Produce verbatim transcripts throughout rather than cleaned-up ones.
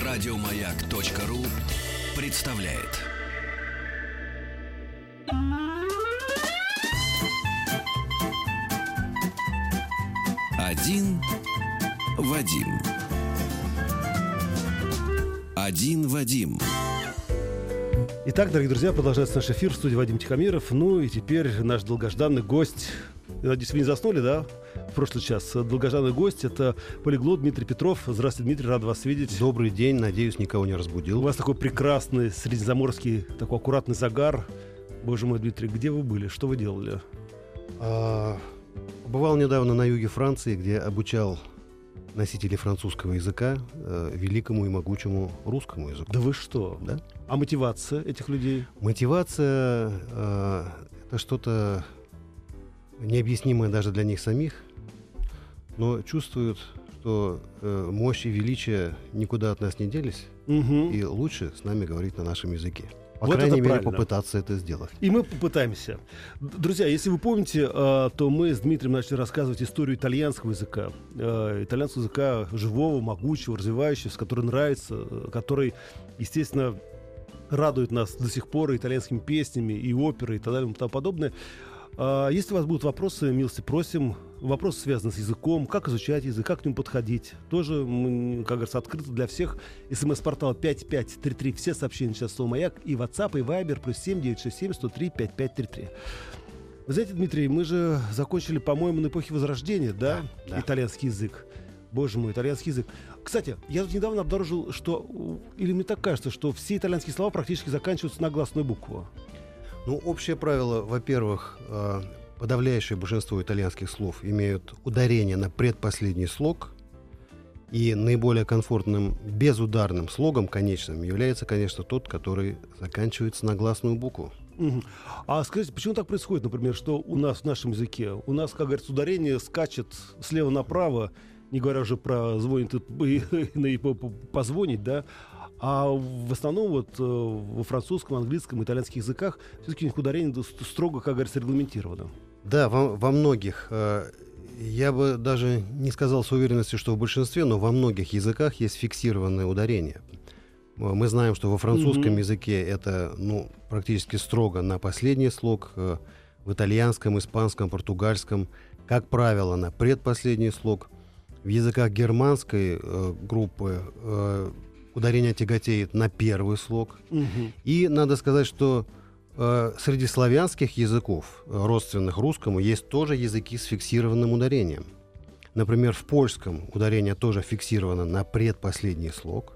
Радиомаяк.ру представляет. Один Вадим. Один Вадим. Итак, дорогие друзья, продолжается наш эфир в студии Вадим Тихомиров. Ну и теперь наш долгожданный гость. Я надеюсь, вы не заснули, да? В прошлый час. Долгожданный гость — это полиглот Дмитрий Петров. Здравствуйте, Дмитрий, рад вас видеть. Добрый день, надеюсь, никого не разбудил. У вас такой прекрасный средиземноморский, такой аккуратный загар. Боже мой, Дмитрий, где вы были? Что вы делали? А, бывал недавно на юге Франции, где обучал носителей французского языка э, великому и могучему русскому языку. Да вы что? Да? А мотивация этих людей? Мотивация э, — это что-то необъяснимое даже для них самих, но чувствуют, что э, мощь и величие никуда от нас не делись, Угу. и лучше с нами говорить на нашем языке. По Вот крайней это мере, правильно. попытаться это сделать. И мы попытаемся. Д- Друзья, если вы помните, э, то мы с Дмитрием начали рассказывать историю итальянского языка. Э, Итальянского языка живого, могучего, развивающегося, который нравится, э, который, естественно, радует нас до сих пор и итальянскими песнями, и оперой, и так далее, и тому подобное. А, Если у вас будут вопросы, милости просим. Вопросы связаны с языком, как изучать язык, как к нему подходить. Тоже, мы, как говорится, открыто для всех. СМС-портал пять пять три три. Все сообщения сейчас слово «Маяк». И WhatsApp, и Viber, плюс семь девятьсот шестьдесят семь сто три пятьдесят пять тридцать три. Вы знаете, Дмитрий, мы же закончили, по-моему, на эпохе Возрождения, да? Да, да. Итальянский язык. Боже мой, итальянский язык. Кстати, я тут недавно обнаружил, что, или мне так кажется, что все итальянские слова практически заканчиваются на гласную букву. Ну, общее правило, во-первых, э, подавляющее большинство итальянских слов имеют ударение на предпоследний слог, и наиболее комфортным безударным слогом конечным является, конечно, тот, который заканчивается на гласную букву. Мгм. А скажите, почему так происходит, например, что у нас в нашем языке, у нас, как говорится, ударение скачет слева направо, не говоря уже про звонит и, и, и по- по- позвонить, да, а в основном вот э, во французском, английском, итальянских языках все-таки у них ударение д- строго, как говорится, регламентировано. Да, во, во многих, э, я бы даже не сказал с уверенностью, что в большинстве, но во многих языках есть фиксированное ударение. Э, Мы знаем, что во французском Мгм. языке это, ну, практически строго на последний слог, э, в итальянском, испанском, португальском, как правило, на предпоследний слог. В языках германской э, группы э, ударение тяготеет на первый слог. Мгм. И надо сказать, что э, среди славянских языков, э, родственных русскому, есть тоже языки с фиксированным ударением. Например, в польском ударение тоже фиксировано на предпоследний слог,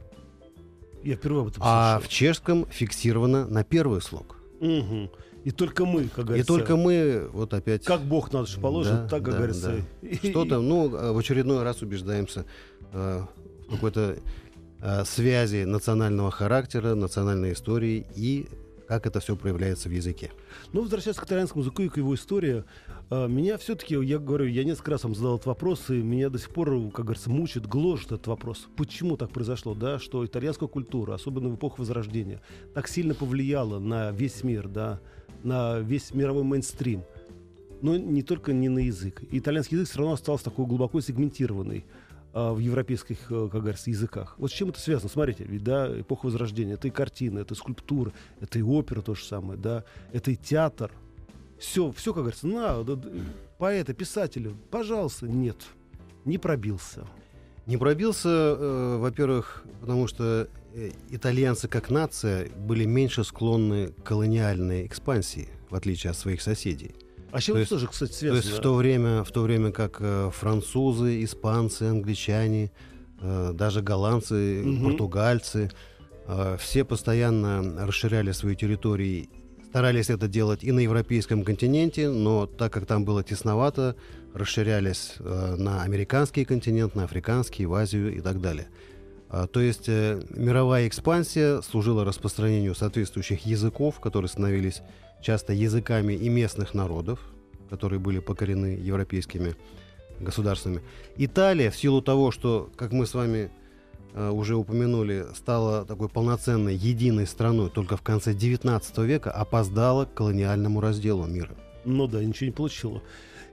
Я впервые об этом а в слышал. чешском фиксировано на первый слог. Мгм. И только мы, как И говорится, только мы вот опять... как Бог нас же положит, Да, так, как да, говорится. да. и- Что-то, ну, э, в очередной раз убеждаемся э, в какой-то э, связи национального характера, национальной истории и как это все проявляется в языке. Ну, возвращаясь к итальянскому языку и к его истории, а, меня все-таки, я говорю, я несколько раз вам задал этот вопрос, и меня до сих пор, как говорится, мучит, гложет этот вопрос. Почему так произошло, да, что итальянская культура, особенно в эпоху Возрождения, так сильно повлияла на весь мир, да, на весь мировой мейнстрим, но не только не на язык. И итальянский язык все равно остался такой глубоко сегментированный а, в европейских, э, как говорится, языках. Вот с чем это связано? Смотрите, ведь, да, эпоха Возрождения, это и картина, это и скульптура, это и опера то же самое, да, это и театр. Все, все, как говорится, на, да, да, поэты, писатели, пожалуйста, нет, не пробился. Не пробился, э, во-первых, потому что э, итальянцы как нация были меньше склонны к колониальной экспансии, в отличие от своих соседей. А с чем То это есть- тоже, кстати, То связано? есть в то время, в то время как э, французы, испанцы, англичане, э, даже голландцы, Мгм. португальцы, э, все постоянно расширяли свои территории, старались это делать и на европейском континенте, но так как там было тесновато, расширялись э, на американский континент, на африканский, в Азию и так далее. А, то есть э, мировая экспансия служила распространению соответствующих языков, которые становились часто языками и местных народов, которые были покорены европейскими государствами. Италия, в силу того, что, как мы с вами э, уже упомянули, стала такой полноценной единой страной только в конце девятнадцатого века, опоздала к колониальному разделу мира. Ну да, ничего не получила.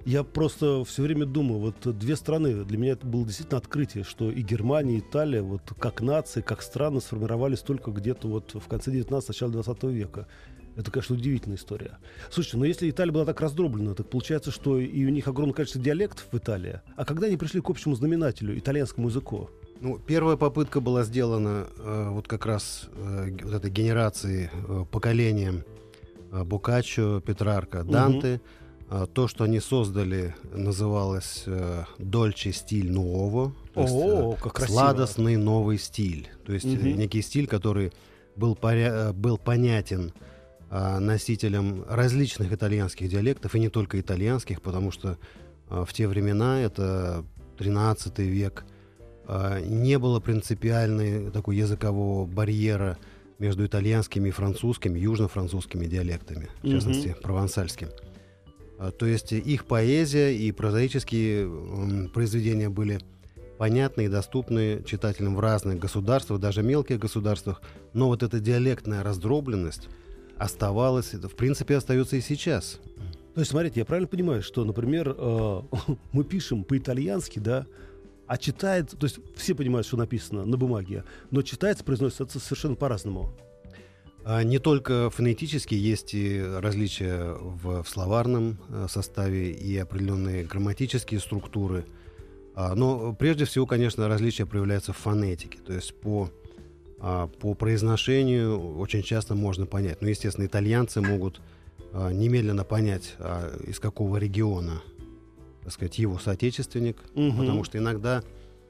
Я просто все время думаю, вот две страны, для меня это было действительно открытие, что и Германия, и Италия, вот как нации, как страны сформировались только где-то вот в конце девятнадцатого, начале двадцатого века. Это, конечно, удивительная история. Слушайте, но если Италия была так раздроблена, так получается, что и у них огромное количество диалектов в Италии. А когда они пришли к общему знаменателю, итальянскому языку? Ну, первая попытка была сделана э, вот как раз э, вот этой генерации, э, поколением э, Боккаччо, Петрарка, Данте. Угу. Э, то, что они создали, называлось э, «Дольче стиль нуово», то О, есть, как э, сладостный новый стиль. То есть угу. некий стиль, который был, поря- был понятен э, носителям различных итальянских диалектов, и не только итальянских, потому что э, в те времена, это тринадцатый век, не было принципиальной такой языкового барьера между итальянскими и французскими, южно-французскими диалектами, в mm-hmm. частности, провансальским. То есть их поэзия и прозаические м, произведения были понятны и доступны читателям в разных государствах, даже мелких государствах, но вот эта диалектная раздробленность оставалась, в принципе, остается и сейчас. То есть, смотрите, я правильно понимаю, что, например, э, мы пишем по-итальянски, да, а читает, то есть все понимают, что написано на бумаге, но читается, произносится совершенно по-разному. А не только фонетически, есть и различия в, в словарном э, составе и определенные грамматические структуры. А, но прежде всего, конечно, различия проявляются в фонетике. То есть по, а, по произношению очень часто можно понять. Ну, естественно, итальянцы могут а, немедленно понять, а, из какого региона, так сказать, его соотечественник, угу. потому что иногда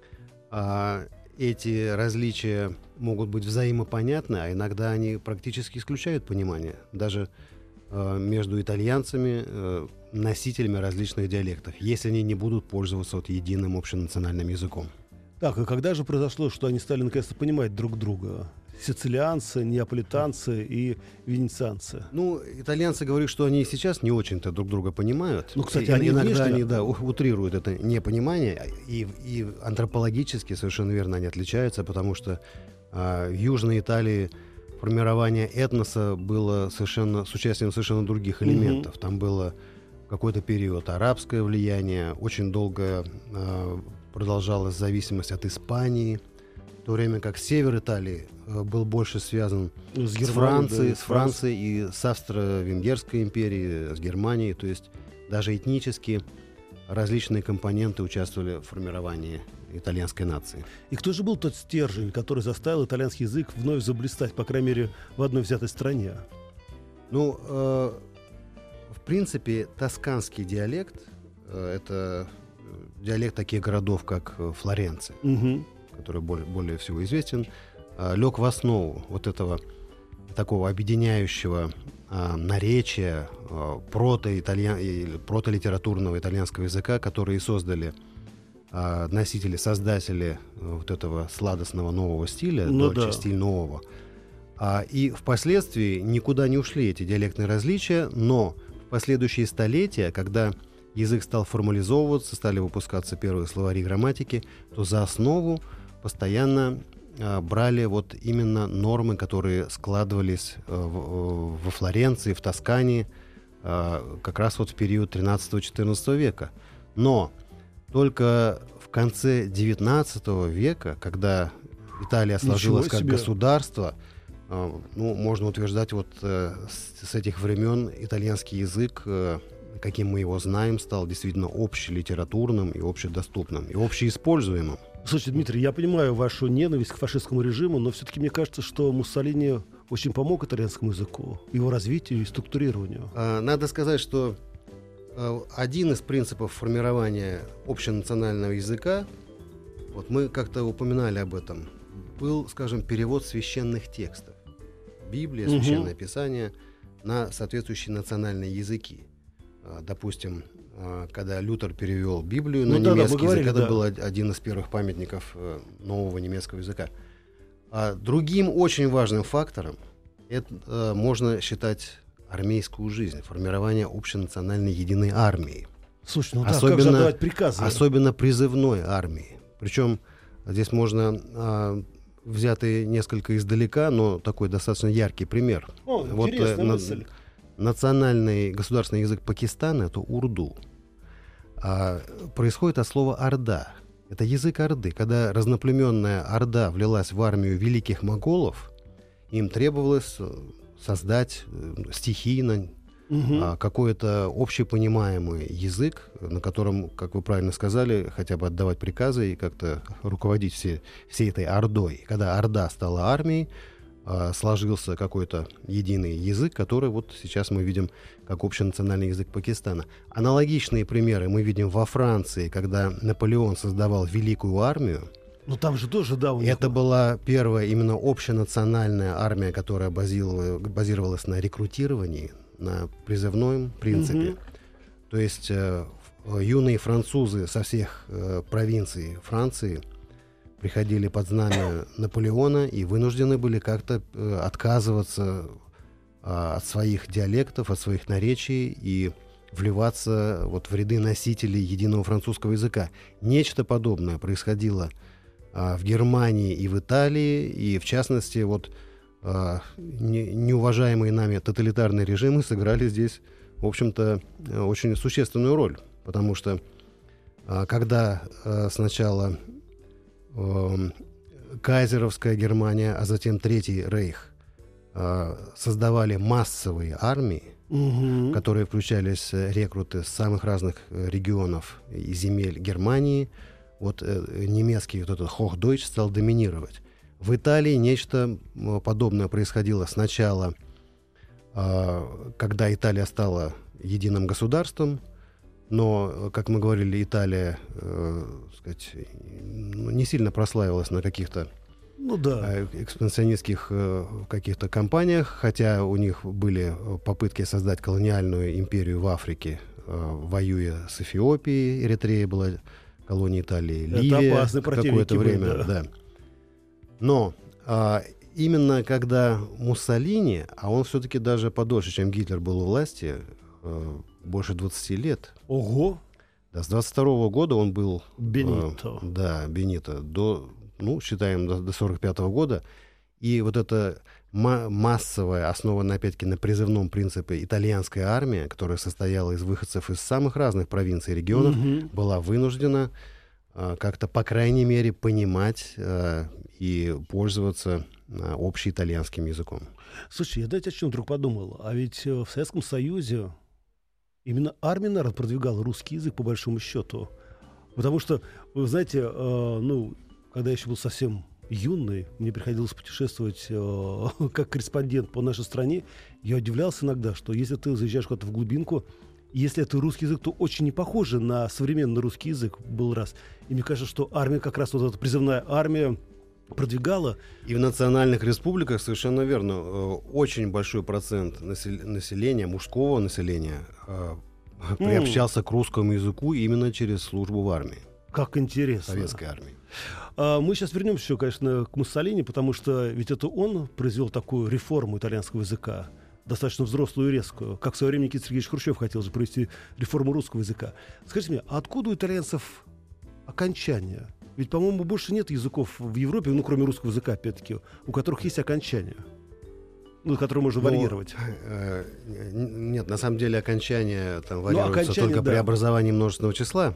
а, эти различия могут быть взаимопонятны, а иногда они практически исключают понимание даже а, между итальянцами, а, носителями различных диалектов, если они не будут пользоваться вот единым общенациональным языком. Так, и когда же произошло, что они стали наконец-то понимать друг друга? Сицилианцы, неаполитанцы и венецианцы. Ну, итальянцы говорят, что они и сейчас не очень-то друг друга понимают. Ну, кстати, и, они иногда внешне... они да, утрируют это непонимание, и, и антропологически совершенно верно они отличаются, потому что а, в Южной Италии формирование этноса было совершенно с участием совершенно других элементов. Mm-hmm. Там было в какой-то период арабское влияние, очень долго а, продолжалась зависимость от Испании, в то время как север Италии э, был больше связан с, с Францией, да, с Францией и с Австро-Венгерской империей, с Германией. То есть даже этнически различные компоненты участвовали в формировании итальянской нации. И кто же был тот стержень, который заставил итальянский язык вновь заблистать, по крайней мере, в одной взятой стране? Ну, э, в принципе, тосканский диалект э, — это диалект таких городов, как Флоренция. Угу. который более, более всего известен, э, лег в основу вот этого такого объединяющего э, наречия э, прото-итальян... прото-литературного итальянского языка, которые создали э, носители, создатели э, вот этого сладостного нового стиля, ну, дольче да. стиль нового. А, и впоследствии никуда не ушли эти диалектные различия, но в последующие столетия, когда язык стал формализовываться, стали выпускаться первые словари грамматики, то за основу постоянно э, брали вот именно нормы, которые складывались э, в, во Флоренции, в Тоскане, э, как раз вот в период тринадцатого-четырнадцатого века. Но только в конце девятнадцатого века, когда Италия сложилась как государство, э, ну, можно утверждать, вот э, с, с этих времен итальянский язык, э, каким мы его знаем, стал действительно общелитературным и общедоступным, и общеиспользуемым. Слушайте, Дмитрий, я понимаю вашу ненависть к фашистскому режиму, но все-таки мне кажется, что Муссолини очень помог итальянскому языку, его развитию и структурированию. Надо сказать, что один из принципов формирования общенационального языка, вот мы как-то упоминали об этом, был, скажем, перевод священных текстов. Библия, Священное угу. Писание на соответствующие национальные языки. Допустим, когда Лютер перевел Библию ну, на да, немецкий да, говорили, язык, это да. был один из первых памятников нового немецкого языка. А другим очень важным фактором это можно считать армейскую жизнь, формирование общенациональной единой армии. Слушай, ну особенно, да, как же отдавать приказы? Особенно призывной армии. Причем здесь можно а, взятый несколько издалека, но такой достаточно яркий пример. О, вот, интересная на, мысль. Национальный государственный язык Пакистана — это урду. а, происходит от слова «орда». Это язык Орды. Когда разноплеменная Орда влилась в армию великих моголов, им требовалось создать стихийно Угу. а, какой-то общепонимаемый язык, на котором, как вы правильно сказали, хотя бы отдавать приказы и как-то руководить все, всей этой Ордой. Когда Орда стала армией, а, сложился какой-то единый язык, который вот сейчас мы видим как общенациональный язык Пакистана. Аналогичные примеры мы видим во Франции, когда Наполеон создавал великую армию. Ну там же тоже, да, у них... Это была первая именно общенациональная армия, которая базировала- базировалась на рекрутировании, на призывном принципе. Мгм. То есть э, ф- юные французы со всех э, провинций Франции приходили под знамя Наполеона и вынуждены были как-то э, отказываться а, от своих диалектов, от своих наречий и вливаться вот в ряды носителей единого французского языка. Нечто подобное происходило а, в Германии и в Италии, и в частности вот а, не- неуважаемые нами тоталитарные режимы сыграли здесь, в общем-то, э, очень существенную роль, потому что а, когда а, сначала эм, кайзеровская Германия, а затем Третий Рейх а, создавали массовые армии, Мгм. в которые включались э, рекруты с самых разных э, регионов и земель Германии, вот э, немецкий вот этот Hochdeutsch стал доминировать. В Италии нечто м, подобное происходило сначала, а, когда Италия стала единым государством, но, э, как мы говорили, Италия э, сказать, ну, не сильно прославилась на каких-то Ну да. э, экспансионистских э, каких-то кампаниях, хотя у них были э, попытки создать колониальную империю в Африке, э, воюя с Эфиопией. Эритрея была колонией Италии, Это Ливия опасные противники какое-то были, время. да. Да. Но а, именно когда Муссолини, а он все-таки даже подольше, чем Гитлер был у власти, э, больше двадцати лет, Ого, да, с двадцать второго года он был... э, Бенито. да, Бенито. До, ну, считаем, до, до сорок пятого года. И вот эта ма- массовая, основанная, опять-таки, на призывном принципе итальянская армия, которая состояла из выходцев из самых разных провинций и регионов, Мгм. была вынуждена э, как-то, по крайней мере, понимать э, и пользоваться э, общеитальянским языком. Слушай, я дайте о чем вдруг подумал. А ведь э, в Советском Союзе именно армия, наверное, продвигала русский язык по большому счету. Потому что, вы знаете, э, ну, когда я еще был совсем юный, мне приходилось путешествовать э, как корреспондент по нашей стране, я удивлялся иногда, что если ты заезжаешь куда-то в глубинку, если это русский язык, то очень не похоже на современный русский язык был раз. И мне кажется, что армия, как раз вот эта призывная армия, продвигала. И в национальных республиках, совершенно верно, э, очень большой процент насел- населения, мужского населения, э, приобщался к русскому языку именно через службу в армии, Как интересно. советской армии. А, мы сейчас вернемся еще, конечно, к Муссолини, потому что ведь это он произвел такую реформу итальянского языка, достаточно взрослую и резкую, как в свое время Никита Сергеевич Хрущев хотел же провести реформу русского языка. Скажите мне, а откуда у итальянцев окончания? Ведь, по-моему, больше нет языков в Европе, ну, кроме русского языка, опять-таки, у которых есть окончания, ну, которые можно Но, варьировать. э, н- нет, на самом деле окончание там варьируется окончание, только да. при образовании множественного числа.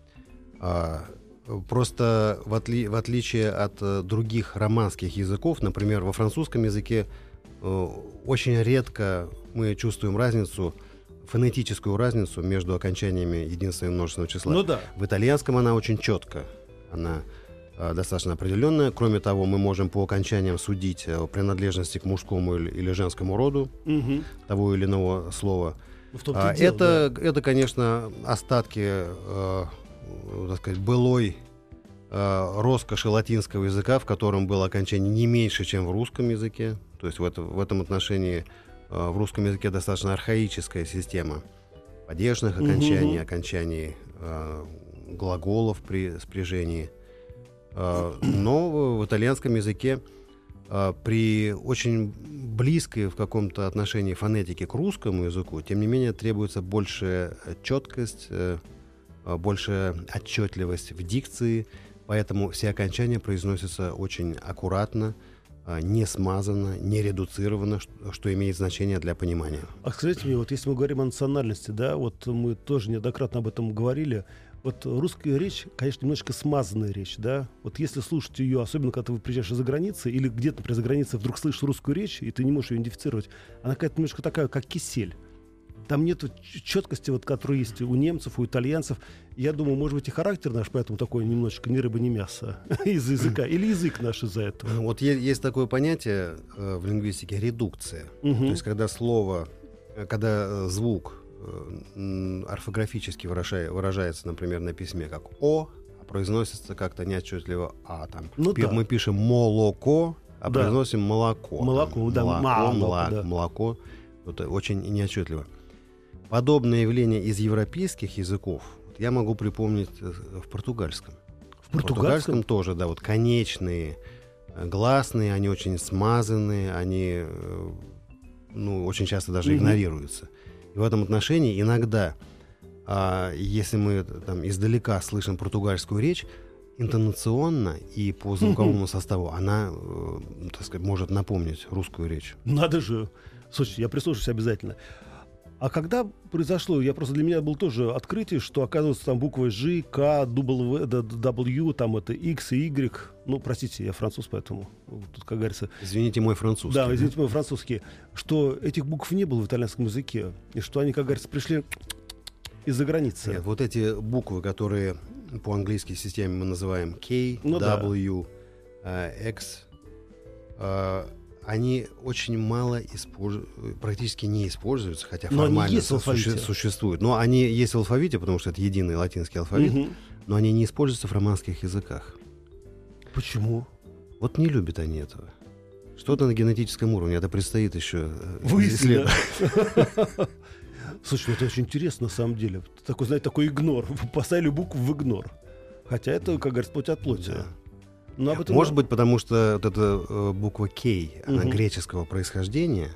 А, просто в, отли- в отличие от э, других романских языков, например, во французском языке э, очень редко мы чувствуем разницу, фонетическую разницу между окончаниями единственного и множественного числа. Ну да. В итальянском она очень четко, она э, достаточно определенная. Кроме того, мы можем по окончаниям судить о принадлежности к мужскому или, или женскому роду Мгм. того или иного слова. В том-то и А, дело, это, это, конечно, остатки, э, так сказать, былой э, роскоши латинского языка, в котором было окончание не меньше, чем в русском языке. То есть в, это, в этом отношении э, в русском языке достаточно архаическая система падежных окончаний, Мгм. окончаний э, глаголов при спряжении. Э, но в итальянском языке э, при очень близкой в каком-то отношении фонетике к русскому языку, тем не менее, требуется большая четкость, э, э, большая отчетливость в дикции, поэтому все окончания произносятся очень аккуратно, а, не смазано, не редуцировано, что, что имеет значение для понимания. А скажите мне, вот если мы говорим о национальности, да, вот мы тоже неоднократно об этом говорили, вот русская речь, конечно, немножечко смазанная речь, да, вот если слушать ее, особенно когда ты приезжаешь из-за границы, или где-то, например, за границей вдруг слышишь русскую речь, и ты не можешь ее идентифицировать, она какая-то немножко такая, как кисель. Там нет четкости, вот, которая есть у немцев, у итальянцев. Я думаю, может быть, и характер наш поэтому такой немножечко ни рыба, ни мясо из языка. Или язык наш из-за этого. Вот е- есть такое понятие э, в лингвистике — редукция. Угу. То есть когда слово, э, когда э, звук э, орфографически выражай, выражается, например, на письме как «о», а произносится как-то неотчетливо «а». Там. Ну, Пи- да. Мы пишем «молоко», а Да. произносим «молоко». Молоко, Там, да, молоко, молоко, молоко, да. молоко. Это очень неотчетливо. Подобное явление из европейских языков я могу припомнить в португальском. В В португальском? португальском тоже, да, вот конечные э, гласные, они очень смазанные, они, э, ну, очень часто даже Мгм. игнорируются. И в этом отношении иногда, а, если мы там издалека слышим португальскую речь, интонационно и по звуковому составу она, э, так сказать, может напомнить русскую речь. Надо же. Слушайте, я прислушаюсь обязательно. А когда произошло, я просто для меня было тоже открытие, что, оказывается, там буквы G, K, W, W, там это X и Y. Ну, простите, я француз, поэтому тут, как говорится... Извините, мой французский. Да, извините, мой французский. Что этих букв не было в итальянском языке. И что они, как говорится, пришли из-за границы. Нет, вот эти буквы, которые по английской системе мы называем K, Ну да. W, э, X, э, они очень мало используются, практически не используются, хотя Но они формально есть в алфавите. суще- существуют. Но они есть в алфавите, потому что это единый латинский алфавит, Мгм. но они не используются в романских языках. Почему? Вот не любят они этого. Что-то на генетическом уровне, это предстоит еще э, Выяснили. исследовать. Слушай, ну это очень интересно на самом деле. Такой, знаете, такой игнор. Поставили букву в игнор. Хотя это, как говорится, плоть от плоти. Да. Но об этом- Может быть, потому что вот эта э, буква K, она Мгм. греческого происхождения,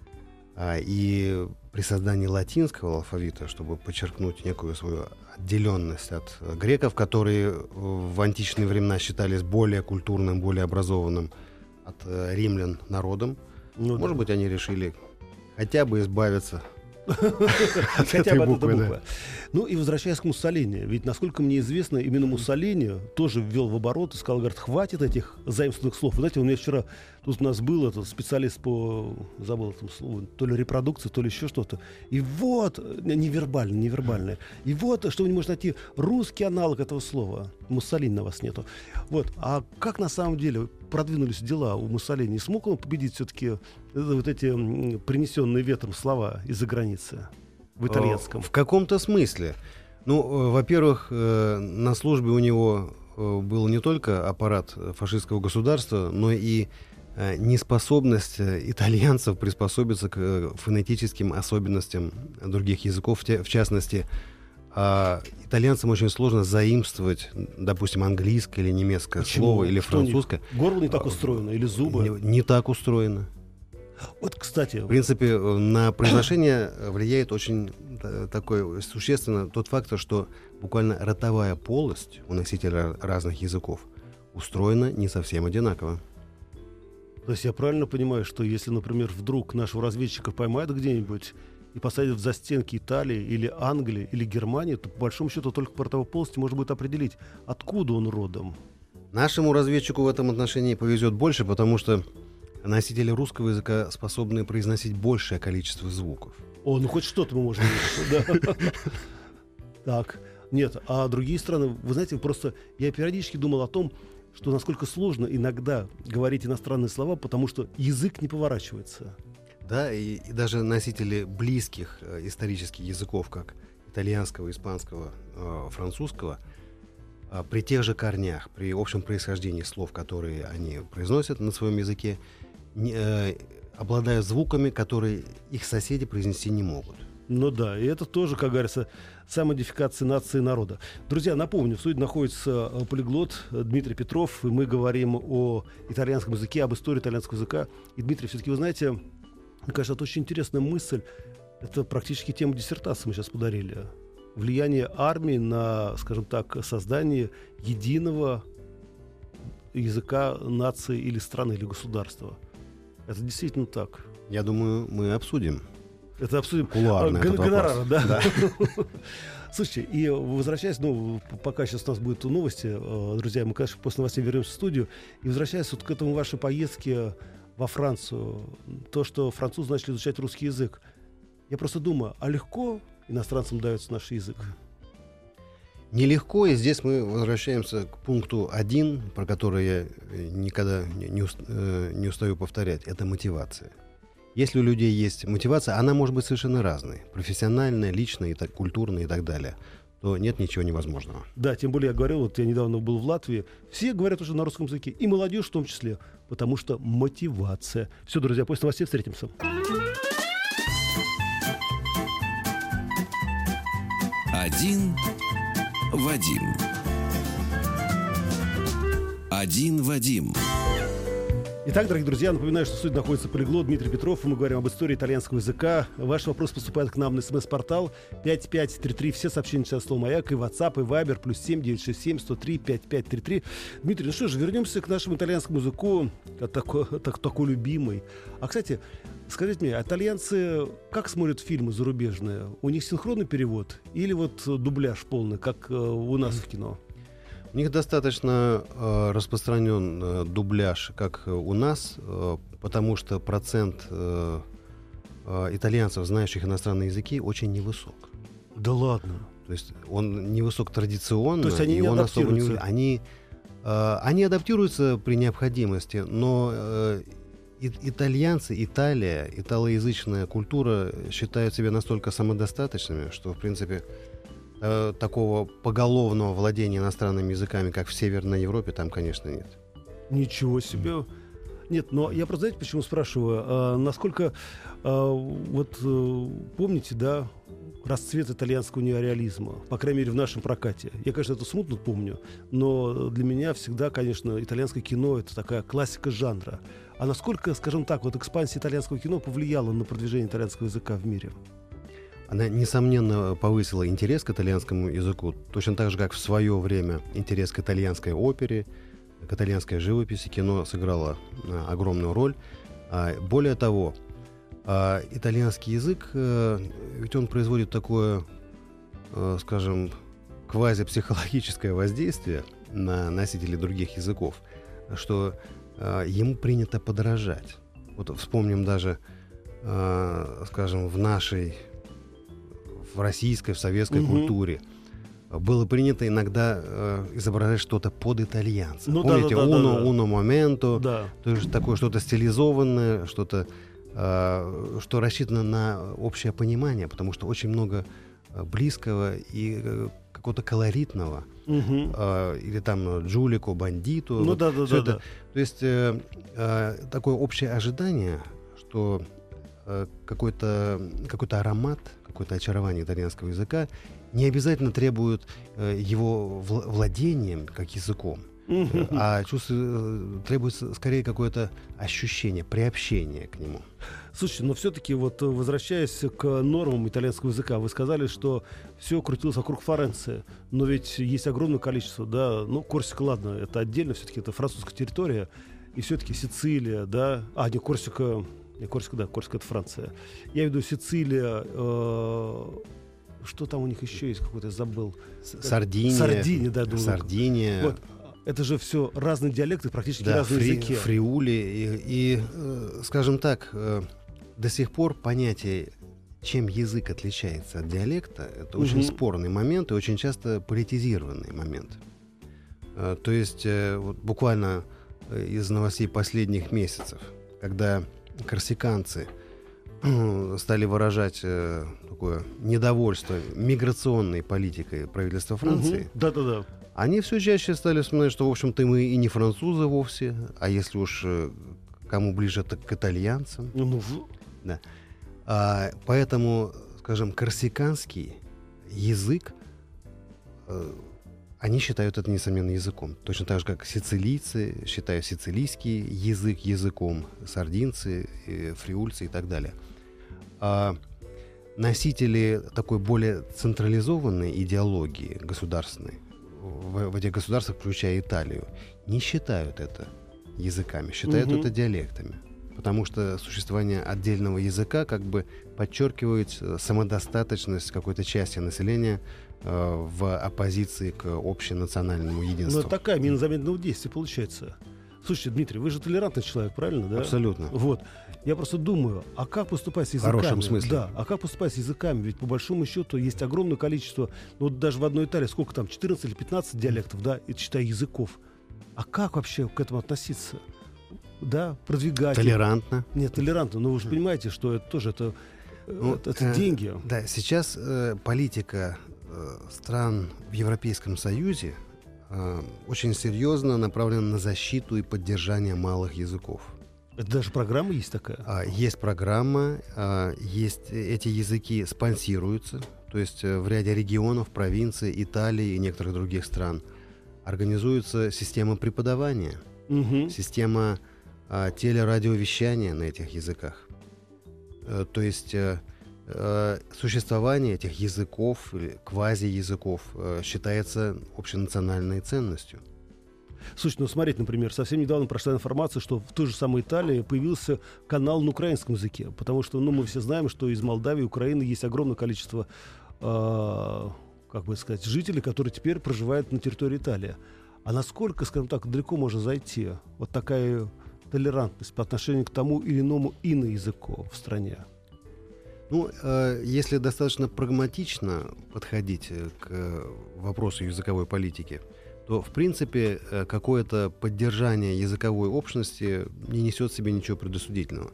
а, и при создании латинского алфавита, чтобы подчеркнуть некую свою отделенность от э, греков, которые э, в античные времена считались более культурным, более образованным от э, римлян народом, Ну, может да. быть, они решили хотя бы избавиться от Хотя этой бы от буквы. этой да. буквы. Ну и возвращаясь к Муссолини, ведь, насколько мне известно, именно Муссолини тоже ввел в оборот и сказал, говорит, хватит этих заимствованных слов. Вы знаете, у меня вчера тут у нас был этот специалист по, забыл это слово, то ли репродукции, то ли еще что-то. И вот, не- невербально, невербальное. И вот, что вы не можете найти русский аналог этого слова. Муссолини на вас нету. Вот. А как на самом деле продвинулись дела у Муссолини? Смог он победить все-таки вот эти м, принесенные ветром слова из-за границы в итальянском? В каком-то смысле. Ну, э, во-первых, э, на службе у него э, был не только аппарат фашистского государства, но и э, неспособность э, итальянцев приспособиться к э, фонетическим особенностям других языков. В, те- в частности, а, итальянцам очень сложно заимствовать, допустим, английское или немецкое Почему? слово или Что у них? французское. Горло не так А, устроено, или зубы? Не, не так устроено. Вот, кстати, В принципе, э, на произношение э, влияет очень э, такой существенно тот фактор, что буквально ротовая полость у носителей ра- разных языков устроена не совсем одинаково. то есть я правильно понимаю, что если, например, вдруг нашего разведчика поймают где-нибудь и посадят в застенки Италии или Англии или Германии, то по большому счету только по ротовой полости можно будет определить, откуда он родом. Нашему разведчику в этом отношении повезет больше, потому что носители русского языка способны произносить большее количество звуков. О, ну хоть что-то мы можем видеть. Да. Так, нет, а другие страны, вы знаете, просто я периодически думал о том, что насколько сложно иногда говорить иностранные слова, потому что язык не поворачивается. Да, и, и даже носители близких э, исторических языков, как итальянского, испанского, э, французского, э, при тех же корнях, при общем происхождении слов, которые они произносят на своем языке, не, э, обладают звуками, которые их соседи произнести не могут. Ну да, и это тоже, как говорится, самодификация нации и народа. Друзья, напомню, в студии находится э, полиглот э, Дмитрий Петров, и мы говорим о итальянском языке, об истории итальянского языка. И, Дмитрий, все-таки вы знаете, мне кажется, это очень интересная мысль. Это практически тема диссертации мы сейчас подарили. Влияние армии на, скажем так, создание единого языка нации или страны, или государства. Это действительно так. Я думаю, мы обсудим. Это обсудим. Кулуарно Гон- этот гонорары, вопрос. да. Да. Слушайте, и возвращаясь, ну, пока сейчас у нас будут новости, э, друзья, мы, конечно, после новостей вернемся в студию. И возвращаясь вот к этому вашей поездке во Францию, то, что французы начали изучать русский язык, я просто думаю, а легко иностранцам дается наш язык? Нелегко, и здесь мы возвращаемся к пункту один, про который я никогда не, не, уст- э, не устаю повторять. Это мотивация. Если у людей есть мотивация, она может быть совершенно разной. Профессиональная, личная, и так, культурная и так далее. То нет ничего невозможного. Да, тем более я говорил, вот я недавно был в Латвии, все говорят уже на русском языке, и молодежь в том числе, потому что мотивация. Все, друзья, после новостей встретимся. Один Вадим. Один Вадим. Итак, дорогие друзья, напоминаю, что в студии находится Полиглот Дмитрий Петров, и мы говорим об истории итальянского языка. Ваш вопрос поступает к нам на смс-портал пять пять три три. Все сообщения сейчас слово «Маяк», и WhatsApp, и Viber, плюс семь девятьсот шестьдесят семь сто три пятьдесят пять тридцать три. Дмитрий, ну что же, вернемся к нашему итальянскому языку, такой, так, такой любимый. А, кстати, скажите мне, а итальянцы как смотрят фильмы зарубежные? У них синхронный перевод или вот дубляж полный, как э, у нас в кино? У них достаточно э, распространен э, дубляж, как э, у нас, э, потому что процент э, э, итальянцев, знающих иностранные языки, очень невысок. Да ладно? То есть он невысок традиционно. То есть они и не он особо не- адаптируются? Они, э, они адаптируются при необходимости, но э, и- итальянцы, Италия, италоязычная культура считают себя настолько самодостаточными, что, в принципе, э, такого поголовного владения иностранными языками, как в Северной Европе, там, конечно, нет. Ничего себе. Нет, но я просто, знаете, почему спрашиваю? А, насколько, а, вот э, помните, да, расцвет итальянского неореализма, по крайней мере, в нашем прокате. Я, конечно, это смутно помню, но для меня всегда, конечно, итальянское кино — это такая классика жанра. А насколько, скажем так, вот экспансия итальянского кино повлияла на продвижение итальянского языка в мире? Она, несомненно, повысила интерес к итальянскому языку, точно так же, как в свое время интерес к итальянской опере, к итальянской живописи. Кино сыграло а, огромную роль. А, более того, а, итальянский язык, а, ведь он производит такое, а, скажем, квазипсихологическое воздействие на носителей других языков, что а, ему принято подражать. Вот вспомним даже, а, скажем, в нашей в российской, в советской Мгм. культуре было принято иногда э, изображать что-то под итальянца. Ну да, Помните, да, да, «uno, да, да. uno momento», Да. то есть такое что-то стилизованное, что-то, э, что рассчитано на общее понимание, потому что очень много э, близкого и э, какого-то колоритного, Мгм. э, или там «Джулико», «Бандито». Ну вот да, да, всё да, это. То есть э, э, такое общее ожидание, что э, какой-то, какой-то аромат, какое-то очарование итальянского языка не обязательно требует э, его вла- владением как языком, Мгм. э, а чувствует, э, требуется скорее какое-то ощущение, приобщение к нему. Слушайте, но все-таки вот э, возвращаясь к нормам итальянского языка, вы сказали, что все крутилось вокруг Флоренции, но ведь есть огромное количество, да, ну, Корсика, ладно, это отдельно, все-таки это французская территория, и все-таки Сицилия, да, а, не, Корсика, не, Корсика, да, Корсика — это Франция. Я имею в виду Сицилия, э, что там у них еще есть, какой-то, я забыл. С- Сардиния. Сардиния, да, думаю. Сардиния. Вот. Это же все разные диалекты, практически Да, разные фри- языки. фриули. И, и, э, скажем так, э, до сих пор понятие, чем язык отличается от диалекта, это очень Мгм. спорный момент и очень часто политизированный момент. Э, то есть э, вот буквально э, из новостей последних месяцев, когда корсиканцы стали выражать э, такое недовольство миграционной политикой правительства Франции, Мгм. Да-да-да. они все чаще стали вспоминать, что, в общем-то, мы и не французы вовсе, а если уж э, кому ближе, так к итальянцам. Ну, в- Да. А, поэтому, скажем, корсиканский язык, э, они считают это, несомненно, языком. Точно так же, как сицилийцы считают сицилийский язык языком, сардинцы, э, фриульцы и так далее. А носители такой более централизованной идеологии государственной в, в этих государствах, включая Италию, не считают это языками, считают Мгм. это диалектами. Потому что существование отдельного языка как бы подчеркивает э, самодостаточность какой-то части населения э, в оппозиции к общенациональному Ну, единству. это такая мина замедленного действия получается. Слушайте, Дмитрий, вы же толерантный человек, правильно, да? Абсолютно. Вот. Я просто думаю, а как поступать с В языками? хорошем смысле. Да, а как поступать с языками? Ведь по большому счету есть огромное количество, ну вот даже в одной Италии сколько там, четырнадцать или пятнадцать диалектов, да, и считай языков. А как вообще к этому относиться? Да, продвигать. Толерантно. Нет, толерантно, но вы же понимаете, что это тоже это, э, Ну, это, это э, деньги. Да, сейчас э, политика э, стран в Европейском Союзе э, очень серьезно направлена на защиту и поддержание малых языков. Это даже программа есть такая. А, Есть программа, а, есть э, эти языки спонсируются, то есть э, в ряде регионов, провинций, Италии и некоторых других стран организуется система преподавания, Мгм. система а, телерадиовещания на этих языках. Э, То есть э, э, существование этих языков, или квази-языков, э, считается общенациональной ценностью. Слушайте, ну смотрите, например, совсем недавно прошла информация, что в той же самой Италии появился канал на украинском языке, потому что, ну, мы все знаем, что из Молдавии, Украины есть огромное количество, э, как бы сказать, жителей, которые теперь проживают на территории Италии. А насколько, скажем так, далеко можно зайти? Вот такая толерантность по отношению к тому или иному иноязыку в стране. Ну, э, если достаточно прагматично подходить э, к э, вопросу языковой политики, то, в принципе, э, какое-то поддержание языковой общности не несет в себе ничего предосудительного.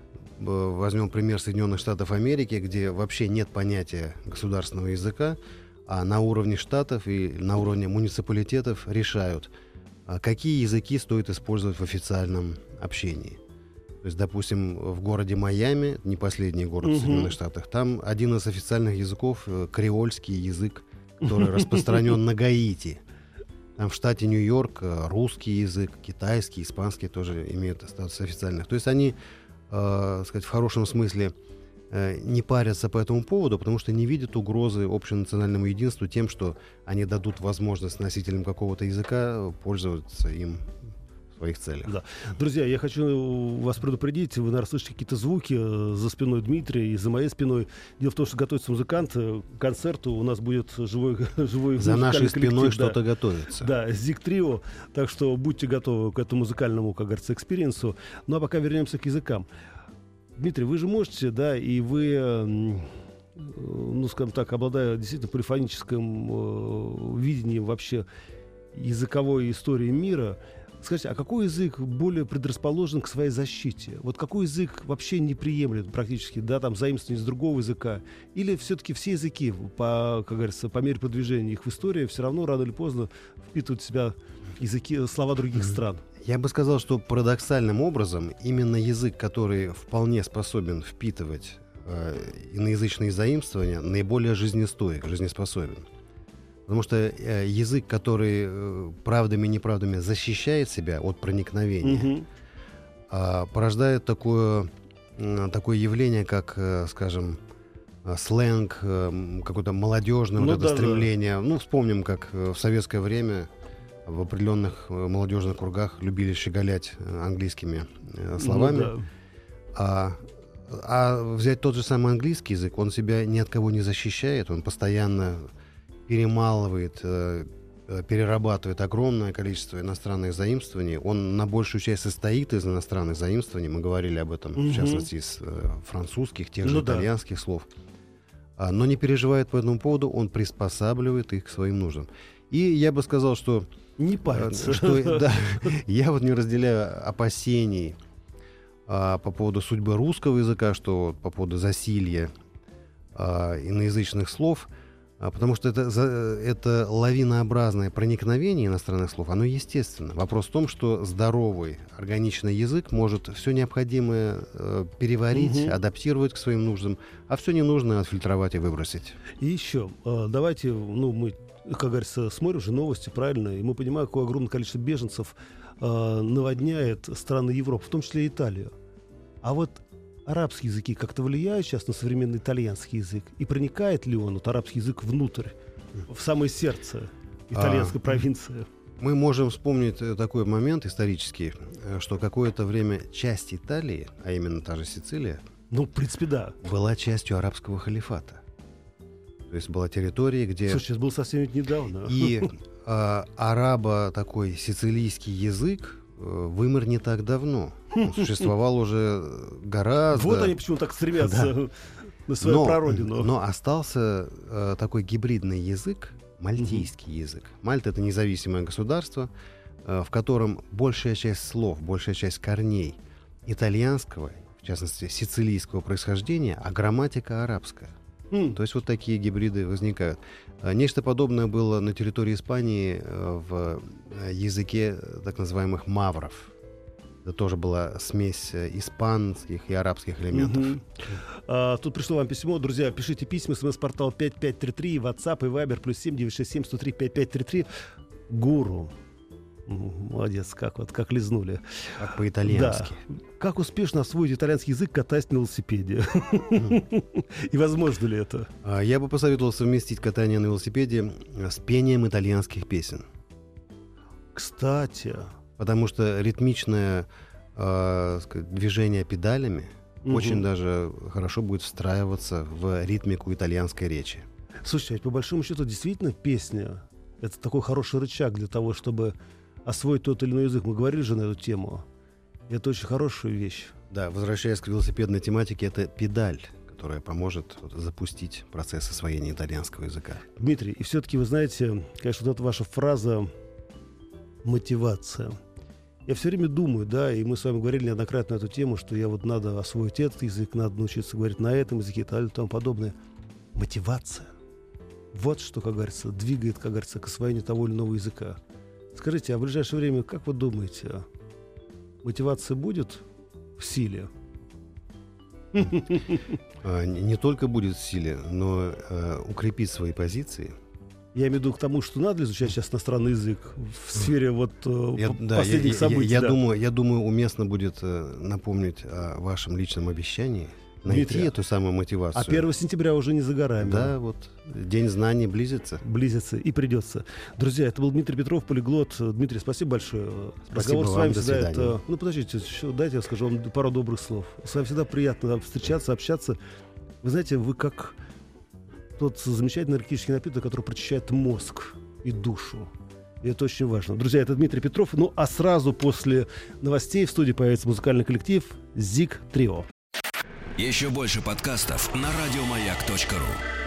Б- Возьмем пример Соединенных Штатов Америки, где вообще нет понятия государственного языка, а на уровне штатов и на уровне муниципалитетов решают, а какие языки стоит использовать в официальном общении. То есть, допустим, в городе Майами, не последний город в Мгм. Соединенных Штатах, там один из официальных языков э, креольский язык, который распространен на Гаити. Там в штате Нью-Йорк э, русский язык, китайский, испанский тоже имеют статус официальных. То есть они, э, сказать, в хорошем смысле э, не парятся по этому поводу, потому что не видят угрозы общенациональному единству тем, что они дадут возможность носителям какого-то языка пользоваться им в своих целях. Да. Друзья, я хочу вас предупредить, вы, наверное, слышите какие-то звуки э, за спиной Дмитрия и за моей спиной. Дело в том, что готовится музыкант э, к концерту, у нас будет живой, живой За нашей музыкальный спиной коллектив, да. что-то готовится. Да, Зиг Трио, так что будьте готовы к этому музыкальному, как говорится, экспириенсу. Ну а пока вернемся к языкам. Дмитрий, вы же можете, да, и вы, м, ну, скажем так, обладая действительно полифоническим э, видением вообще языковой истории мира, скажите, а какой язык более предрасположен к своей защите? Вот какой язык вообще не приемлет практически, да, там, заимствование из другого языка? Или все-таки все языки, по, как говорится, по мере продвижения их в истории, все равно рано или поздно впитывают в себя языки, слова других стран? Я бы сказал, что парадоксальным образом именно язык, который вполне способен впитывать э, иноязычные заимствования, наиболее жизнестоек, жизнеспособен. Потому что э, язык, который э, правдами и неправдами защищает себя от проникновения, Мгм. э, порождает такое, э, такое явление, как, э, скажем, э, сленг, э, м, какое-то молодежное Ну вот это да, да. стремление. Ну, вспомним, как э, в советское время в определенных э, молодежных кругах любили щеголять э, английскими э, словами. Ну да. А, а взять тот же самый английский язык, он себя ни от кого не защищает, он постоянно перемалывает, э, э, перерабатывает огромное количество иностранных заимствований. Он на большую часть состоит из иностранных заимствований. Мы говорили об этом, Мгм. в частности, из э, французских, тех же Ну да. итальянских слов. А, но не переживает по этому поводу, он приспосабливает их к своим нуждам. И я бы сказал, что Не Э, париться. что, да, я вот не разделяю опасений а, по поводу судьбы русского языка, что вот по поводу засилья а, иноязычных слов, а, потому что это, за, это лавинообразное проникновение иностранных слов, оно естественно. Вопрос в том, что здоровый, органичный язык может все необходимое э, переварить, Мгм. адаптировать к своим нуждам, а все ненужное отфильтровать и выбросить. И еще, э, давайте, ну, мы, как говорится, смотрим же новости, правильно, и мы понимаем, какое огромное количество беженцев э, наводняет страны Европы, в том числе и Италию. А вот арабские языки как-то влияют сейчас на современный итальянский язык? И проникает ли он, вот арабский язык, внутрь, в самое сердце? итальянской а, провинции. Мы можем вспомнить такой момент исторический, что какое-то время часть Италии, а именно та же Сицилия, ну, в принципе, да, была частью арабского халифата. То есть была территория, где... Слушай, это было совсем ведь недавно. И э, араба такой сицилийский язык э, вымер не так давно. Он существовал уже гораздо... Вот они почему так стремятся да. на свою но, прародину. Но остался э, такой гибридный язык, мальтийский mm-hmm. язык. Мальта — это независимое государство, э, в котором большая часть слов, большая часть корней итальянского, в частности, сицилийского происхождения, а грамматика арабская. Mm. То есть вот такие гибриды возникают. Нечто подобное было на территории Испании в языке так называемых мавров. Это тоже была смесь испанских и арабских элементов. Mm-hmm. А, тут пришло вам письмо. Друзья, пишите письма. смс-портал пять пять три три, WhatsApp и Viber плюс семь девятьсот шестьдесят семь сто три пятьдесят пять тридцать три. Гуру. Молодец, как вот, как лизнули. Как по-итальянски. Да. Как успешно освоить итальянский язык, катаясь на велосипеде? И возможно ли это? Я бы посоветовал совместить катание на велосипеде с пением итальянских песен. Кстати. Потому что ритмичное э, движение педалями угу. очень даже хорошо будет встраиваться в ритмику итальянской речи. Слушайте, а по большому счету действительно песня — это такой хороший рычаг для того, чтобы освоить тот или иной язык. Мы говорили же на эту тему. Это очень хорошая вещь. Да, возвращаясь к велосипедной тематике, это педаль, которая поможет вот, запустить процесс освоения итальянского языка. Дмитрий, и все-таки вы знаете, конечно, вот эта ваша фраза «мотивация». Я все время думаю, да, и мы с вами говорили неоднократно на эту тему, что я вот надо освоить этот язык, надо научиться говорить на этом языке и так далее и тому подобное. Мотивация. Вот что, как говорится, двигает, как говорится, к освоению того или иного языка. Скажите, а в ближайшее время, как вы думаете, мотивация будет в силе? Не только будет в силе, но укрепить свои позиции. Я имею в виду к тому, что надо изучать сейчас иностранный язык в сфере вот я, последних да, я, событий. Я, я, да. думаю, я думаю, уместно будет напомнить о вашем личном обещании. Найти Дмитрий, эту самую мотивацию. А первого сентября уже не за горами. Да, вот День знаний близится. Близится и придется. Друзья, это был Дмитрий Петров, полиглот. Дмитрий, спасибо большое. Спасибо Разговор вам, с вами до всегда свидания. это... Ну, подождите, еще дайте я скажу вам пару добрых слов. С вами всегда приятно встречаться, общаться. Вы знаете, вы как тот замечательный энергетический напиток, который прочищает мозг и душу. И это очень важно. Друзья, это Дмитрий Петров. Ну, а сразу после новостей в студии появится музыкальный коллектив «Зиг Трио». Еще больше подкастов на радиомаяк точка ру.